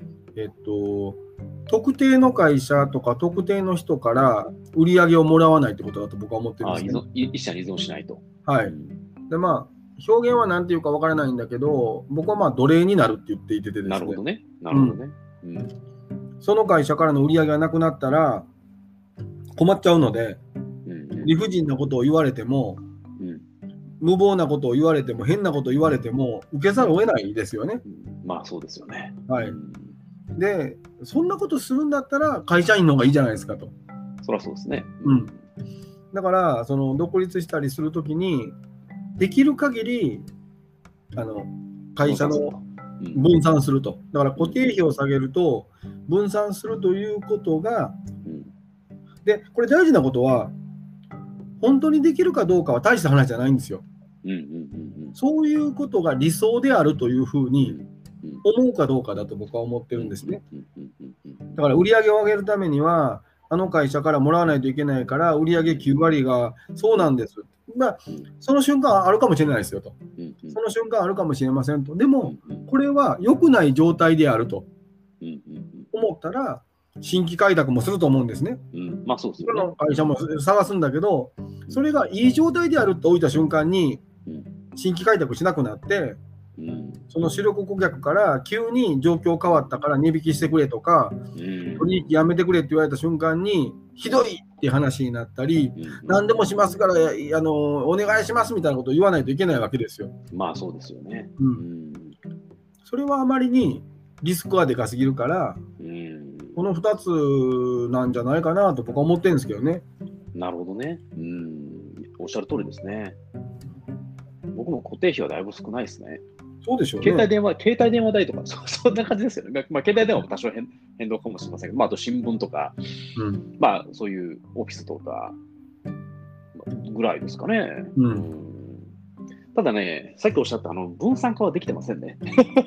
特定の会社とか特定の人から売り上げをもらわないってことだと僕は思ってるんですね。 一社に依存しないと。 はい。で表現は何ていうか分からないんだけど、僕は奴隷になるって言っていてですね。 なるほどね。なるほどね。 その会社からの売り上げがなくなったら困っちゃうので、理不尽なことを言われても、無謀なことを言われても、変なことを言われても受けざるを得ないですよね。 まあそうですよね。 はい。で、そんなことするんだったら会社員の方がいいじゃないですかと。 そりゃそうですね。 だから独立したりするときにできる限り会社の分散すると。だから固定費を下げると分散するということが、でこれ大事なことは本当にできるかどうかは大した話じゃないんですよ。そういうことが理想であるというふうに思うかどうかだと僕は思ってるんですね。だから売上を上げるためには会社からもらわないといけないから売上9割がそうなんです。その瞬間あるかもしれないですよと。その瞬間あるかもしれませんと。でもこれは良くない状態であると思ったら新規開拓もすると思うんですね。 まあそうですよね。 その会社も探すんだけど、 それがいい状態であると置いた瞬間に、新規開拓しなくなって、その主力顧客から急に状況変わったから値引きしてくれとか、取引やめてくれって言われた瞬間に、ひどいって話になったり、何でもしますからお願いしますみたいなことを言わないといけないわけですよ。 まあそうですよね。 それはあまりにリスクはでかすぎるから、この2つなんじゃないかなと僕は思ってるんですけどね。 なるほどね。おっしゃる通りですね。僕も固定費はだいぶ少ないですね。 そうでしょうね。 携帯電話代とか、そんな感じですよね。まあ、携帯電話も多少変動かもしれませんけど、まあ、あと新聞とか、まあ、そういうオフィスとかぐらいですかね。ただね、さっきおっしゃった分散化はできてませんね。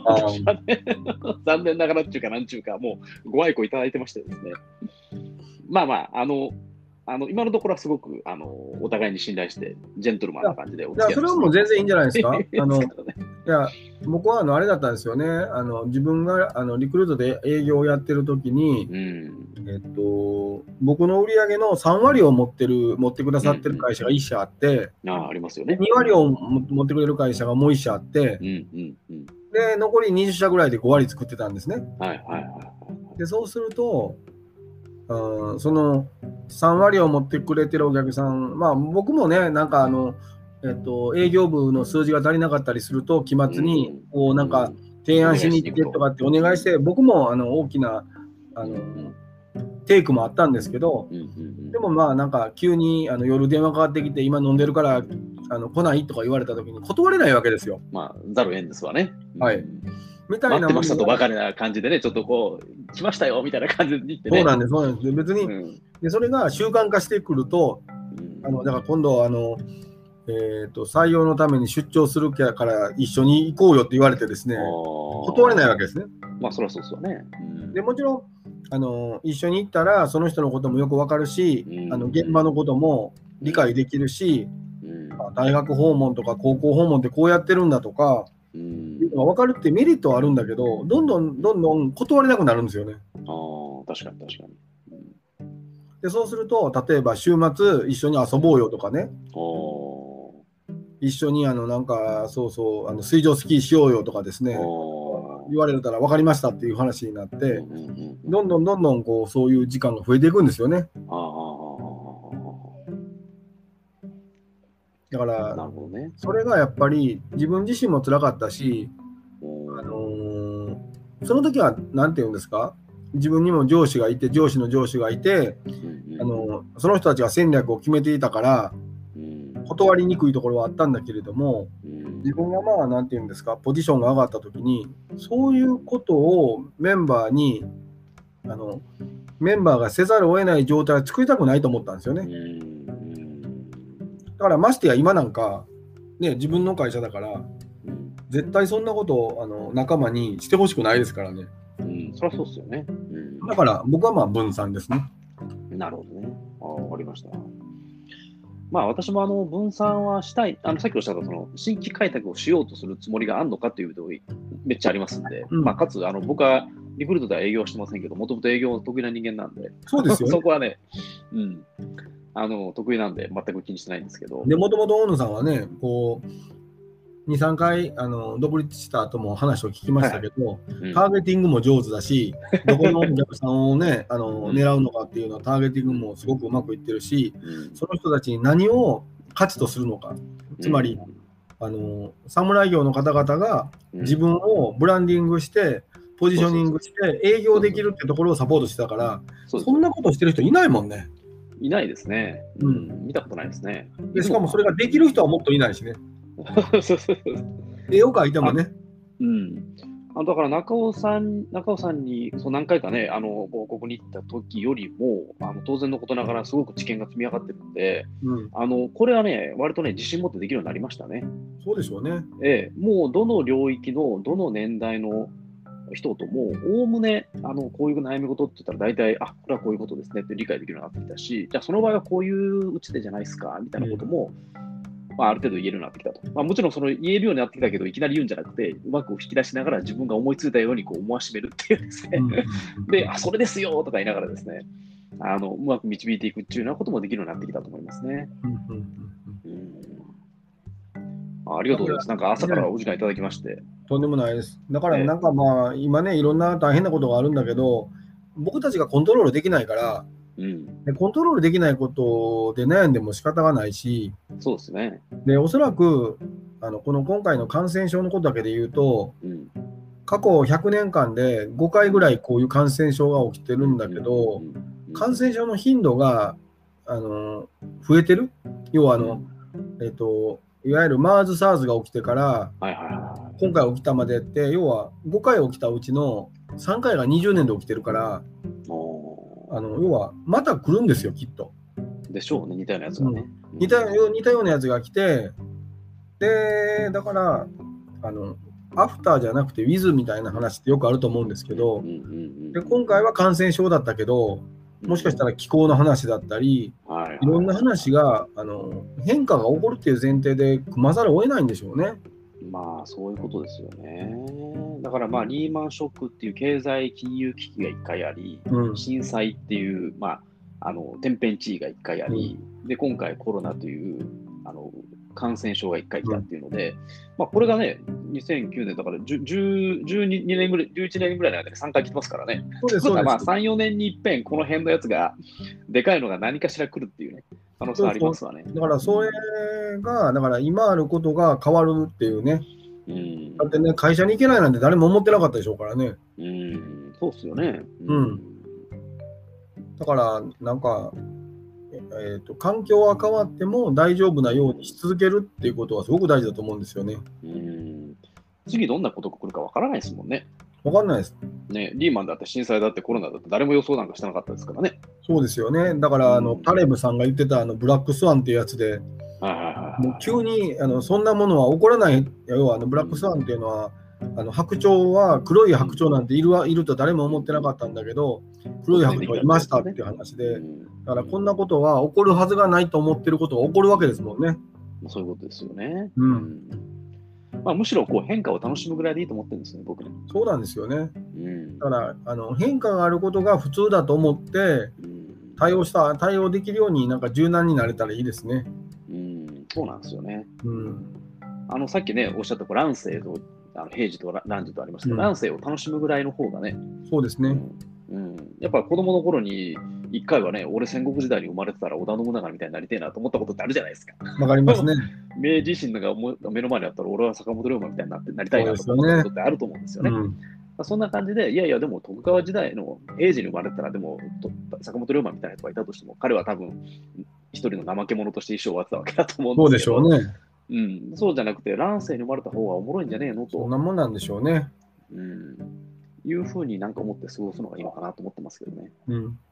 残念ながらっていうか、なんちゅうか、もうご愛顧いただいてましてですね。まあまあ、今のところはすごくお互いに信頼して、ジェントルマンな感じでお付き合いして。 それはもう全然いいんじゃないですか。いや、僕はあれだったんですよね。自分がリクルートで営業をやってる時に、僕の売り上げの3割を持ってくださってる会社が1社あって、 ありますよね。 2割を持ってくれる会社がもう1社あって、で、残り20社ぐらいで5割作ってたんですね。で、そうすると、その3割を持ってくれてるお客さん、まあ僕もね、なんか営業部の数字が足りなかったりすると、期末にこうなんか提案しに行ってとかってお願いして、僕も大きなテイクもあったんですけど、でもまあなんか急に夜電話かかってきて、今飲んでるから来ないとか言われたときに断れないわけですよ。 まあ、ざるを得んですわね。 はい。みたいな。 待ってましたとばかりな感じでね、ちょっとこう、来ましたよみたいな感じで言ってね。 そうなんです、そうなんです。別に、でそれが習慣化してくると、だから今度採用のために出張するから一緒に行こうよって言われてですね、断れないわけですね。 まあ、そりゃそうですよね。 でもちろん一緒に行ったら、その人のこともよくわかるし、現場のことも理解できるし、大学訪問とか高校訪問ってこうやってるんだとか、分かるってメリットはあるんだけど、どんどん断れなくなるんですよね。 確かに。 で、そうすると、例えば週末一緒に遊ぼうよとかね、一緒になんか水上スキーしようよとかですね、言われたら分かりましたっていう話になって、どんどんこうそういう時間が増えていくんですよね。だから、それがやっぱり自分自身も辛かったし、その時は何て言うんですか、自分にも上司がいて、上司の上司がいて、その人たちが戦略を決めていたから断りにくいところはあったんだけれども、自分がまあ何て言うんですか、ポジションが上がった時に、そういうことをメンバーがせざるを得ない状態を作りたくないと思ったんですよね。だからましてや今なんか、ね、自分の会社だから、絶対そんなことを仲間にしてほしくないですからね。 そりゃそうですよね。 だから僕はまあ分散ですね。 なるほどね。わかりました。まあ私も分散はしたい。さっきおっしゃった新規開拓をしようとするつもりがあるのかというとめっちゃありますんで、まあかつ僕はリクルートでは営業してませんけど、もともと営業得意な人間なんで、 そうですよね。 そこはね、得意なんで全く気にしてないんですけど。 で、もともと大野さんはね、こう2、3回独立した後も話を聞きましたけど、ターゲティングも上手だし、どこのお客さんをね狙うのかっていうのはターゲティングもすごくうまくいってるし、その人たちに何を価値とするのか、つまり侍業の方々が自分をブランディングしてポジショニングして営業できるってところをサポートしてたから、そんなことしてる人いないもんね。 いないですね。見たことないですね。 でしかもそれができる人はもっといないしね。絵を描いてもね。 だから中尾さんに何回かね、ここに行った時よりも当然のことながらすごく知見が積み上がってるんで、これはね、割とね、自信持ってできるようになりましたね。 そうでしょうね。 もうどの領域のどの年代の人ともおおむねこういう悩み事って言ったら大体これはこういうことですねって理解できるようになってきたし、じゃあその場合はこういう打ち手じゃないですかみたいなことも、ある程度言えるようになってきたと。もちろん言えるようになってきたけど、いきなり言うんじゃなくて、うまく引き出しながら自分が思いついたように思わしめるっていうですね。で、それですよとか言いながらですね、 うまく導いていくっていうようなこともできるようになってきたと思いますね。ありがとうございます。なんか朝からお時間いただきまして。 とんでもないです。だからなんかまあ、今ね、いろんな大変なことがあるんだけど、僕たちがコントロールできないから、でコントロールできないことで悩んでも仕方がないし、 そうですね。 でおそらくこの今回の感染症のことだけで言うと、過去100年間で5回ぐらいこういう感染症が起きてるんだけど、感染症の頻度が増えてる。要はいわゆる MERS、SARS が起きてから、今回起きたまでって、要は5回起きたうちの3回が20年で起きてるから、要はまた来るんですよ、きっと。 でしょうね、似たようなやつがね。 似たようなやつが来て、で、だから、アフターじゃなくて、ウィズみたいな話ってよくあると思うんですけど、で今回は感染症だったけど、もしかしたら気候の話だったり、いろんな話が変化が起こるっていう前提で組まざるを得ないんでしょうね。 まあそういうことですよね。だからまあリーマンショックっていう経済金融危機が1回あり、震災っていう、まあ、天変地異が1回あり、で今回コロナという感染症が1回来たっていうので、まあ、これがね、2009年だから12年ぐらい、11年ぐらいの間に3回来てますからね。 そうです。 まあ3、4年に一遍この辺のやつがでかいのが何かしら来るっていうね、可能性ありますわね。 だからそれが、だから今あることが変わるっていうね。だってね、会社に行けないなんて誰も思ってなかったでしょうからね。 そうっすよね。 だからなんか、環境は変わっても大丈夫なようにし続けるっていうことはすごく大事だと思うんですよね。 次どんなことが来るかわからないですもんね。 わかんないです。 ね、リーマンだって震災だってコロナだって誰も予想なんかしてなかったですからね。 そうですよね。だからタレブさんが言ってたブラックスワンっていうやつで、もう急にそんなものは起こらない。要はブラックスワンっていうのは白鳥は黒い白鳥なんていると誰も思ってなかったんだけど、黒い白鳥がいましたっていう話で、だからこんなことは起こるはずがないと思ってることが起こるわけですもんね。 そういうことですよね。まあ、むしろこう変化を楽しむぐらいでいいと思ってるんですよね、僕ね。 そうなんですよね。だから変化があることが普通だと思って対応できるようになんか柔軟になれたらいいですね。 そうなんですよね。さっきね、おっしゃった乱世と平時と乱時とありましたけど、乱世を楽しむぐらいの方がね。 そうですね。 やっぱ子供の頃に一回はね、俺戦国時代に生まれてたら織田信長みたいになりてえなと思ったことってあるじゃないですか。 わかりますね。 明治維新が目の前にあったら俺は坂本龍馬みたいになりたいなと思ったことってあると思うんですよね。そんな感じで、いやいや、でも徳川時代の平時に生まれたら、でも坂本龍馬みたいな人がいたとしても、彼は多分一人の怠け者として一生終わってたわけだと思うんですけど。 そうでしょうね。 そうじゃなくて、乱世に生まれた方がおもろいんじゃねえのと。 そんなもんなんでしょうね。 いうふうになんか思って過ごすのがいいのかなと思ってますけどね。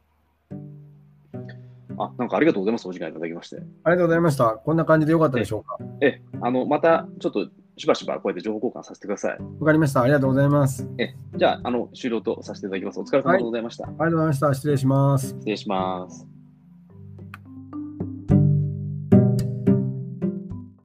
なんかありがとうございます。お時間いただきまして。 ありがとうございました。こんな感じでよかったでしょうか。 またちょっとしばしばこうやって情報交換させてください。 わかりました。ありがとうございます。 じゃあ、終了とさせていただきます。お疲れ様でございました。 ありがとうございました。失礼します。 失礼します。